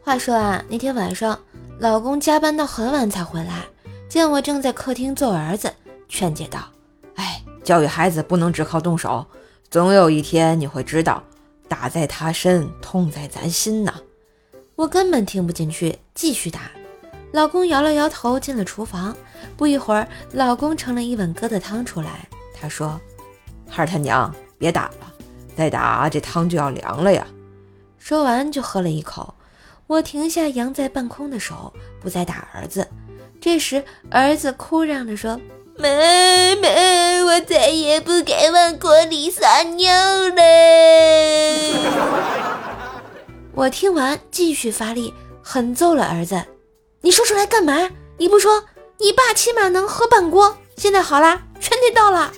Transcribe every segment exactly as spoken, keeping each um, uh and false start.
话说啊，那天晚上老公加班到很晚才回来，见我正在客厅揍儿子，劝解道： 哎，教育孩子不能只靠动手，总有一天你会知道，打在他身，痛在咱心呐。 我根本听不进去，继续打。老公摇了摇头，进了厨房。不一会儿，老公盛了一碗疙瘩汤出来，他说： 孩儿他娘，别打了，再打这汤就要凉了呀。 说完就喝了一口。我停下扬在半空的手，不再打儿子。这时儿子哭嚷着说：妈妈，我再也不敢往锅里撒尿了。我听完继续发力，狠揍了儿子。你说出来干嘛？你不说，你爸起码能喝半锅。现在好啦，全得到了。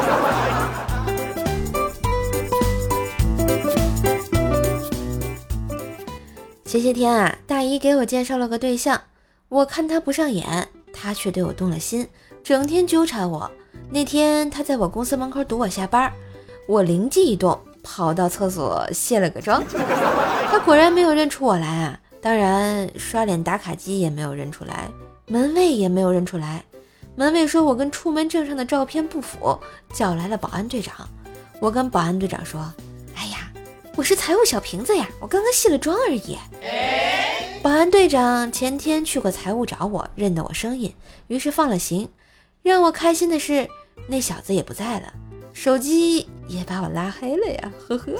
前些天啊，大姨给我介绍了个对象，我看他不上眼，他却对我动了心，整天纠缠我。那天他在我公司门口堵我下班，我灵机一动，跑到厕所卸了个妆。他果然没有认出我来啊，当然刷脸打卡机也没有认出来，门卫也没有认出来。门卫说我跟出门证上的照片不符，叫来了保安队长。我跟保安队长说：哎呀，我是财务小瓶子呀，我刚刚卸了妆而已。保安队长前天去过财务找我，认得我声音，于是放了行。让我开心的是，那小子也不在了，手机也把我拉黑了呀，呵呵。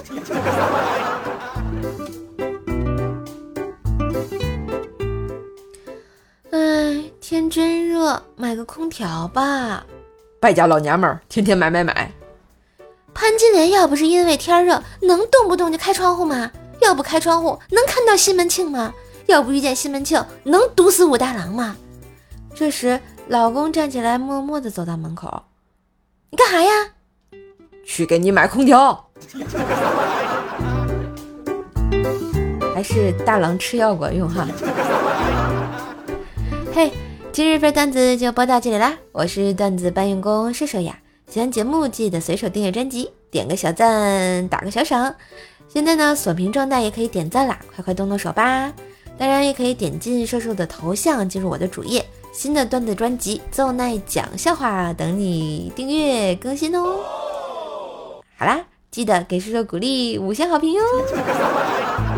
哎，天真热，买个空调吧。 败家老娘们儿，天天买买买。 潘金莲要不是因为天热，能动不动就开窗户吗？要不开窗户，能看到西门庆吗？要不遇见西门庆，能毒死武大郎吗？这时老公站起来，默默地走到门口。你干啥呀？ 去给你买空调。 还是大郎吃药管用哈。嘿，今日份段子就播到这里啦，我是段子搬运工射手呀。喜欢节目记得随手订阅专辑，点个小赞，打个小赏。现在呢，锁屏状态也可以点赞啦，快快动动手吧。当然也可以点进射手的头像进入我的主页，新的段子专辑奏奈讲笑话等你订阅更新哦。好啦，记得给射手鼓励五星好评哟。